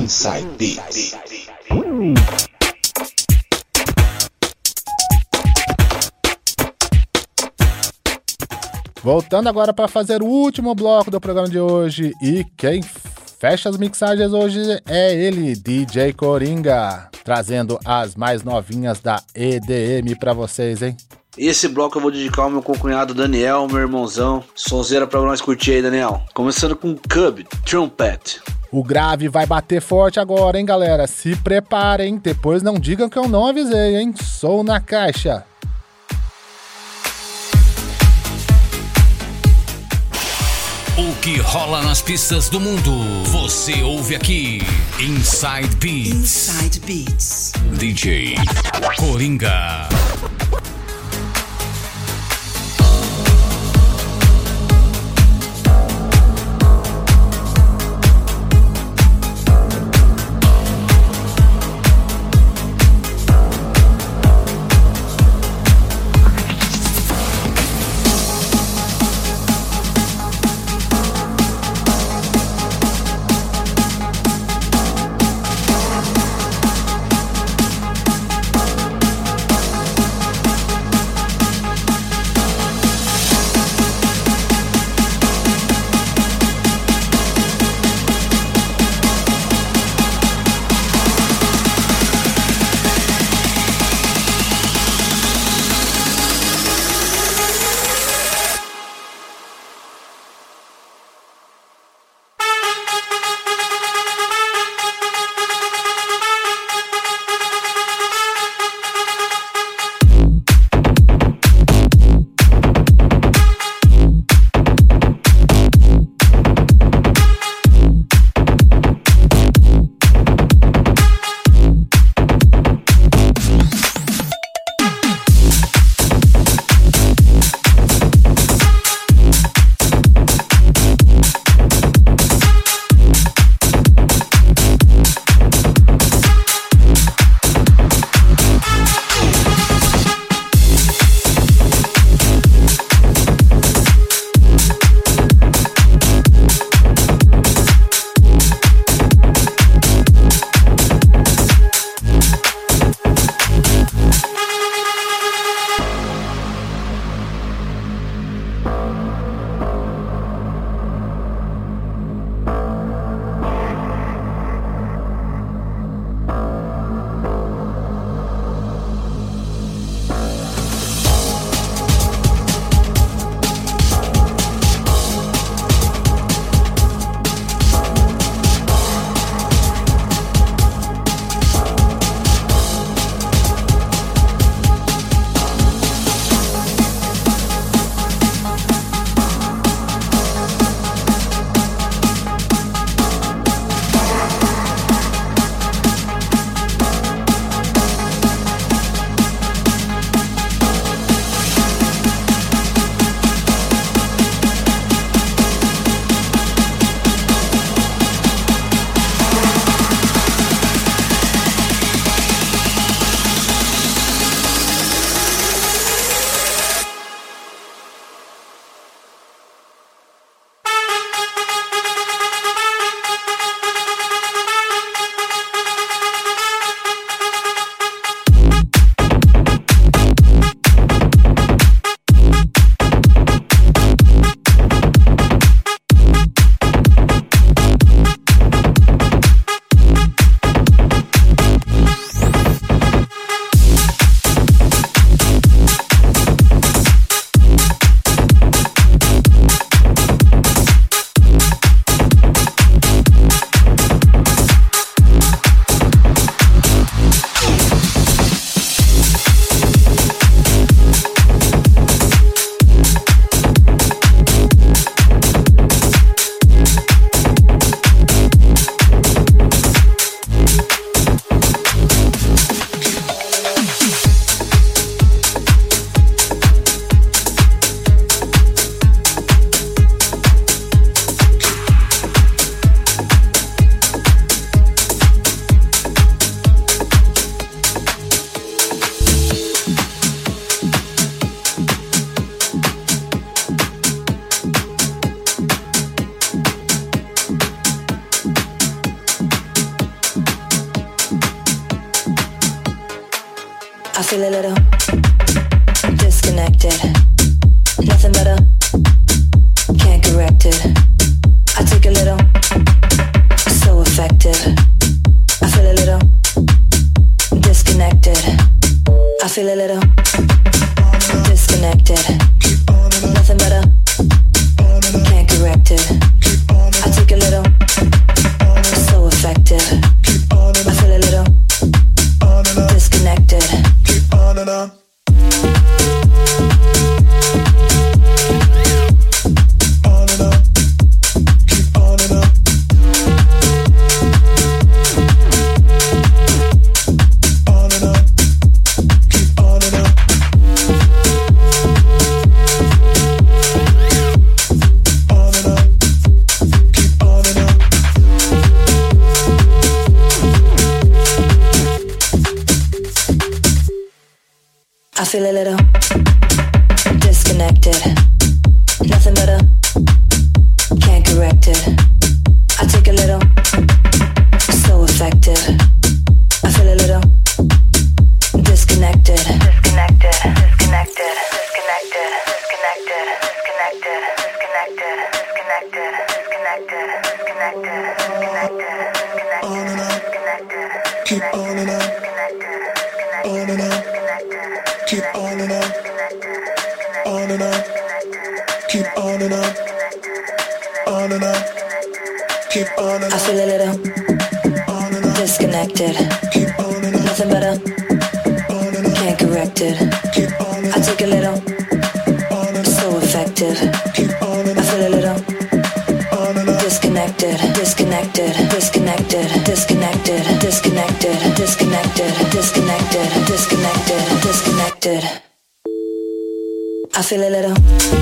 Inside Beats. Voltando agora para fazer o último bloco do programa de hoje, e quem fecha as mixagens hoje é ele, DJ Coringa, trazendo as mais novinhas da EDM para vocês, hein? Esse bloco eu vou dedicar ao meu concunhado Daniel, meu irmãozão. Sonzeira pra nós curtir aí, Daniel. Começando com Cub, Trumpet. O grave vai bater forte agora, hein, galera? Se preparem, depois não digam que eu não avisei, hein? Sou na caixa. O que rola nas pistas do mundo, você ouve aqui. Inside Beats. Inside Beats. DJ Coringa. feel a little disconnected. Nothing better, can't correct it. I take a little, so effective. I feel a little disconnected. I feel a little disconnected. Nothing better, can't correct it. I take a little, so effective. I feel a little disconnected. Keep on and on. On and on. Keep on and on. On and on. Keep on and on. On and on. Keep on and on. I feel a little disconnected. Nothing better, can't correct it. I take a little, so effective. I feel a little disconnected. Disconnected, disconnected, disconnected, disconnected, disconnected, disconnected, disconnected, disconnected, disconnected, disconnected, disconnected, On and on. disconnected, Keep on and on. On and on. Keep on and on. On and on. Keep on and on. On and on. Keep on and I on. feel a little On and on. disconnected. Keep on and on. Nothing better, On and on. can't correct it. Keep on and I on. take a little, On and on. so effective. Keep on and I on. feel a little On and on. disconnected, disconnected, disconnected, disconnected, disconnected, disconnected, disconnected, disconnected, disconnected. I feel a little.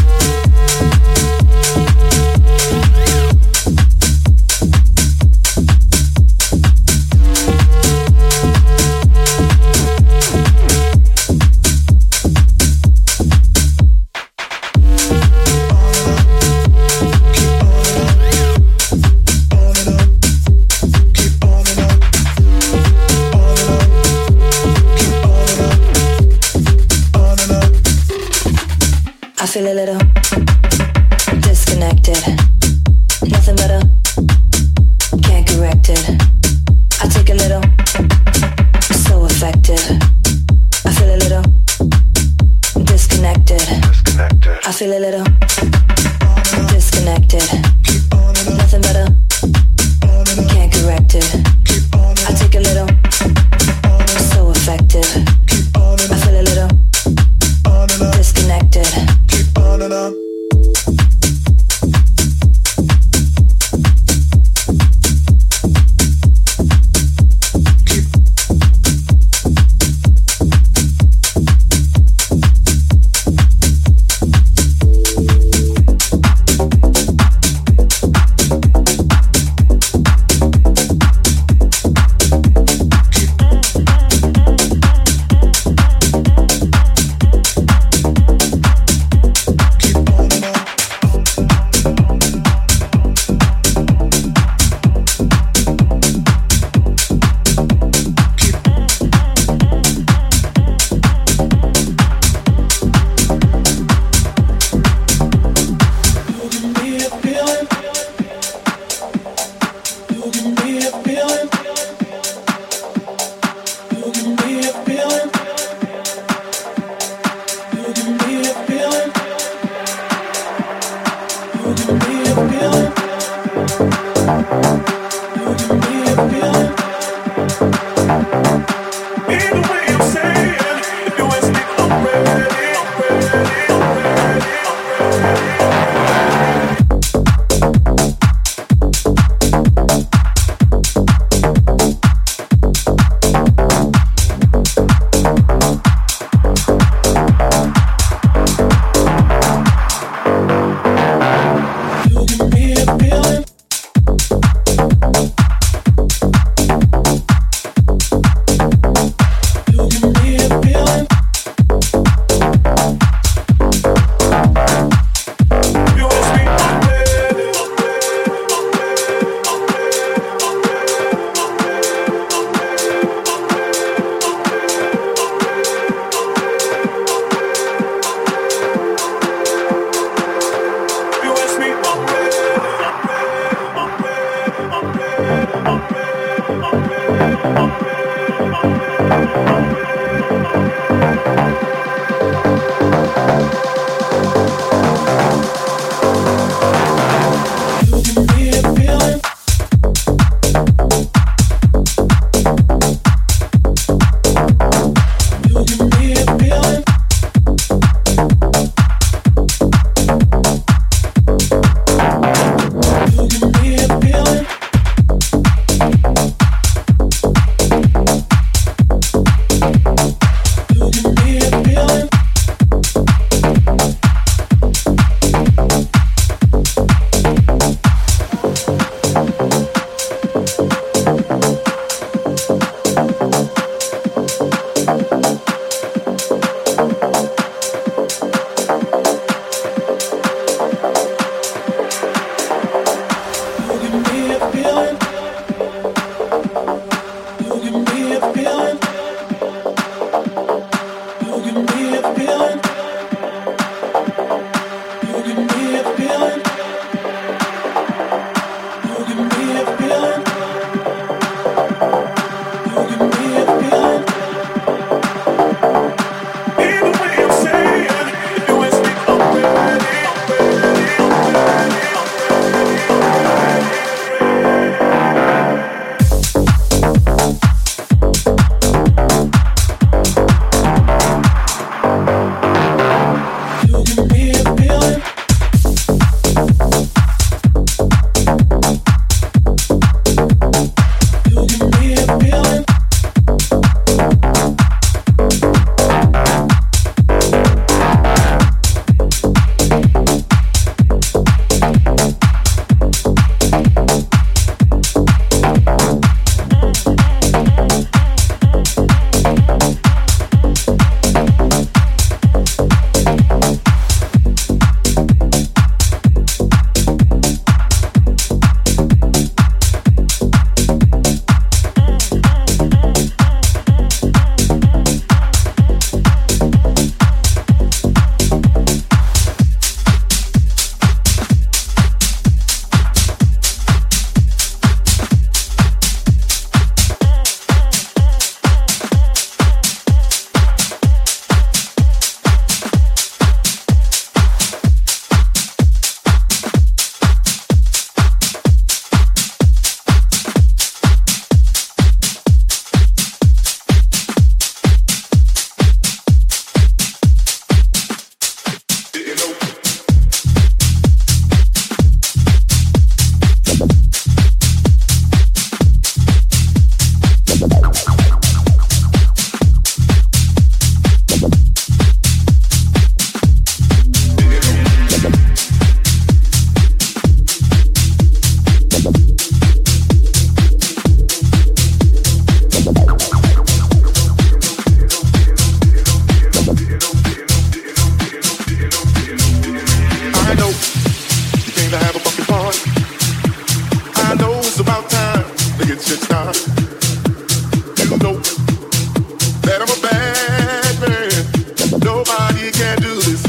Keep on and on. On and on. Keep on and on. On and on. I feel a little disconnected. Nothing better, can't correct it. I take a little, so effective. I feel a little disconnected. I feel a little disconnected. Keep on and on. Nothing better, On and on. can't correct it. Keep on and I on. take a little, On and on. so effective. Keep on and I on. feel a little On and on. disconnected. Keep on and on.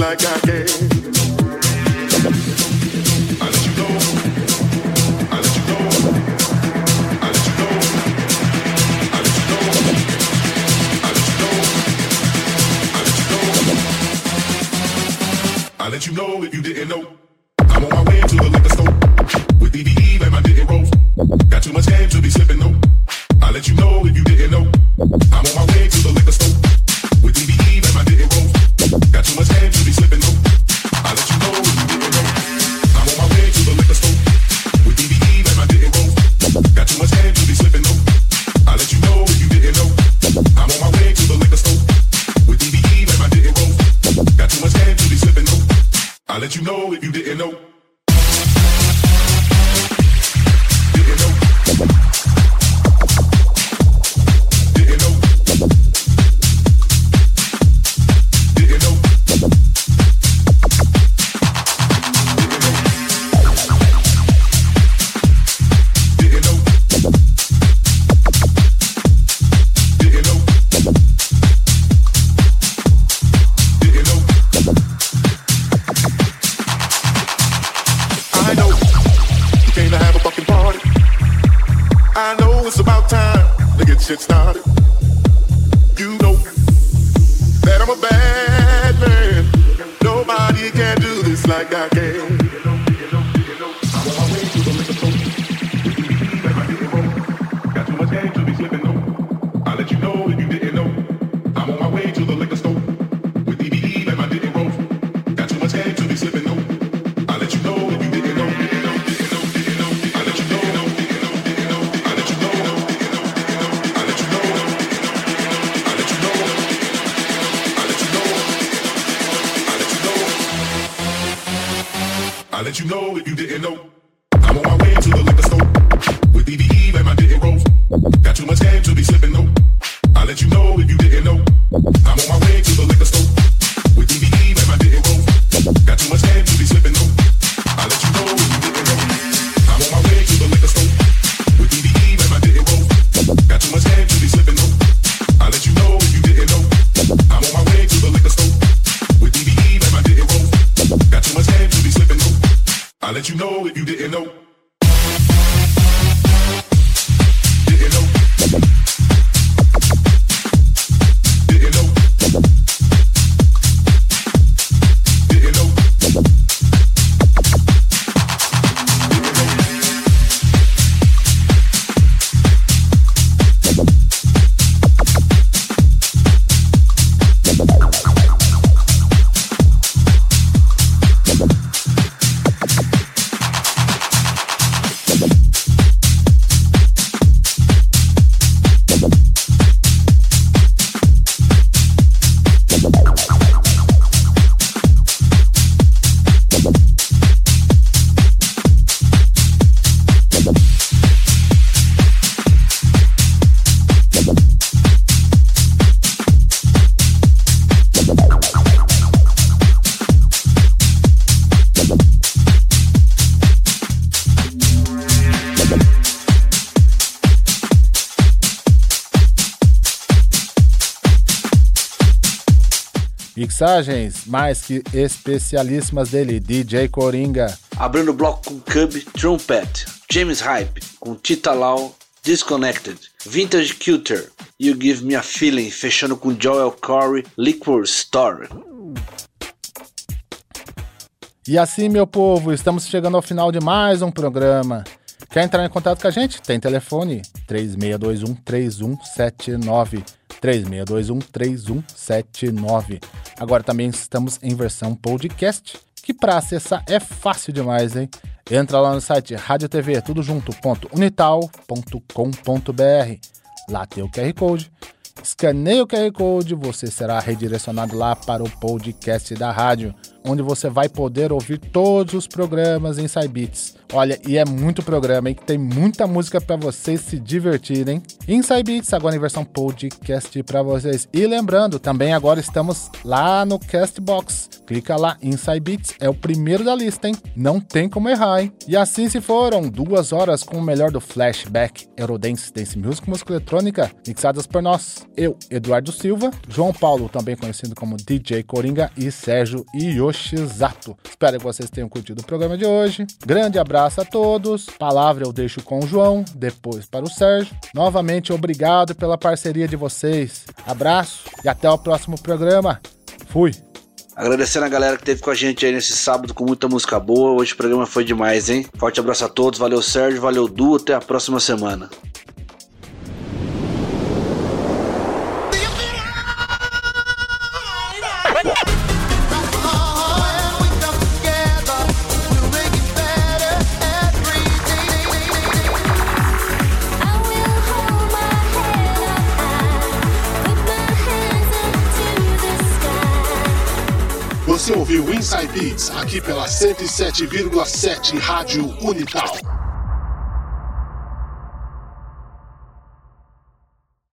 like I can. I let you know. I let you know. I let you know. I let you know. I let you know. I let you know if you didn't know. I'm on my way to the liquor store with DVE and my didn't roll. Got too much game to be slipping, no. I let you know if you didn't know. I'm on my way to the liquor store with DVE and my didn't roll. Got too much game to be slipping, no. I let you know if you didn't know. I'm on my way to the liquor store with DVE and my didn't roll. Got too much game to be slipping, no. I let you know if you didn't know. I'm on my way to the liquor store with DVE and my didn't roll. Got too much game to be slipping, no. I let you know if you didn't know. Didn't know. Didn't know. Didn't know. Didn't know. Didn't know. Didn't know. I know you came to have a fucking party. I know it's about time to get shit started. You know that I'm a bad man. Nobody can do this like I can. I'm on my way to the liquor store. Got too much game to be slipping, no. I'll let you know if you didn't know. I'm on my way to the liquor store with DVE and my didn't roll. Got too much game to be slipping, no. I'll let you know if you didn't know. I'll let you know. I'll let you know. I'll let you know. I'll let you know. I'll let you know. I'll let you know. I'll let you know if you didn't know. I'm on my way to the liquor store with DVE and my didn't roll. Got too much game to be slipping, no. I'll let you know if you didn't know. I'm on my way to the liquor store with DVE and my didn't roll. Got too much game to be slipping, no. I'll let you know if you didn't know. I'm on my way to the liquor store with DVE and my didn't roll. Got too much game to be slipping, no. I'll let you know if you didn't know. I'm on my way to the liquor store with DVE and my didn't roll. Got too much game to be slipping, no. I'll let you know if you didn't know. Didn't know. Didn't know. Didn't know. Mixagens mais que especialíssimas dele, DJ Coringa. Abrindo o bloco com Cub, Trumpet, James Hype, com Tita Lau, Disconnected, Vintage Cuter, You Give Me a Feeling, fechando com Joel Corey, Liquor Store. E assim, meu povo, estamos chegando ao final de mais um programa. Quer entrar em contato com a gente? Tem telefone 3621-3179. 3621-3179. Agora também estamos em versão podcast, que para acessar é fácil demais, hein? Entra lá no site radiotv.unital.com.br. Lá tem o QR Code. Escaneie o QR Code, você será redirecionado lá para o podcast da rádio. onde você vai poder ouvir todos os programas Inside Beats. Olha, e é muito programa, hein? Tem muita música pra vocês se divertirem. Inside Beats agora em versão podcast pra vocês. E lembrando, também agora estamos lá no Castbox. Clica lá, Inside Beats é o primeiro da lista, hein? Não tem como errar, hein? E assim se foram 2 horas com o melhor do Flashback, Eurodance, Dance Music, música eletrônica, mixadas por nós. Eu, Eduardo Silva, João Paulo, também conhecido como DJ Coringa, e Sérgio Yoshizato. Espero que vocês tenham curtido o programa de hoje. Grande abraço a todos. Palavra eu deixo com o João, depois para o Sérgio. Novamente, obrigado pela parceria de vocês. Abraço e até o próximo programa. Fui! Agradecendo a galera que esteve com a gente aí nesse sábado com muita música boa. Hoje o programa foi demais, hein? Forte abraço a todos. Valeu, Sérgio. Valeu, Du. Até a próxima semana. Você ouviu Inside Beats aqui pela 107,7 Rádio Unital.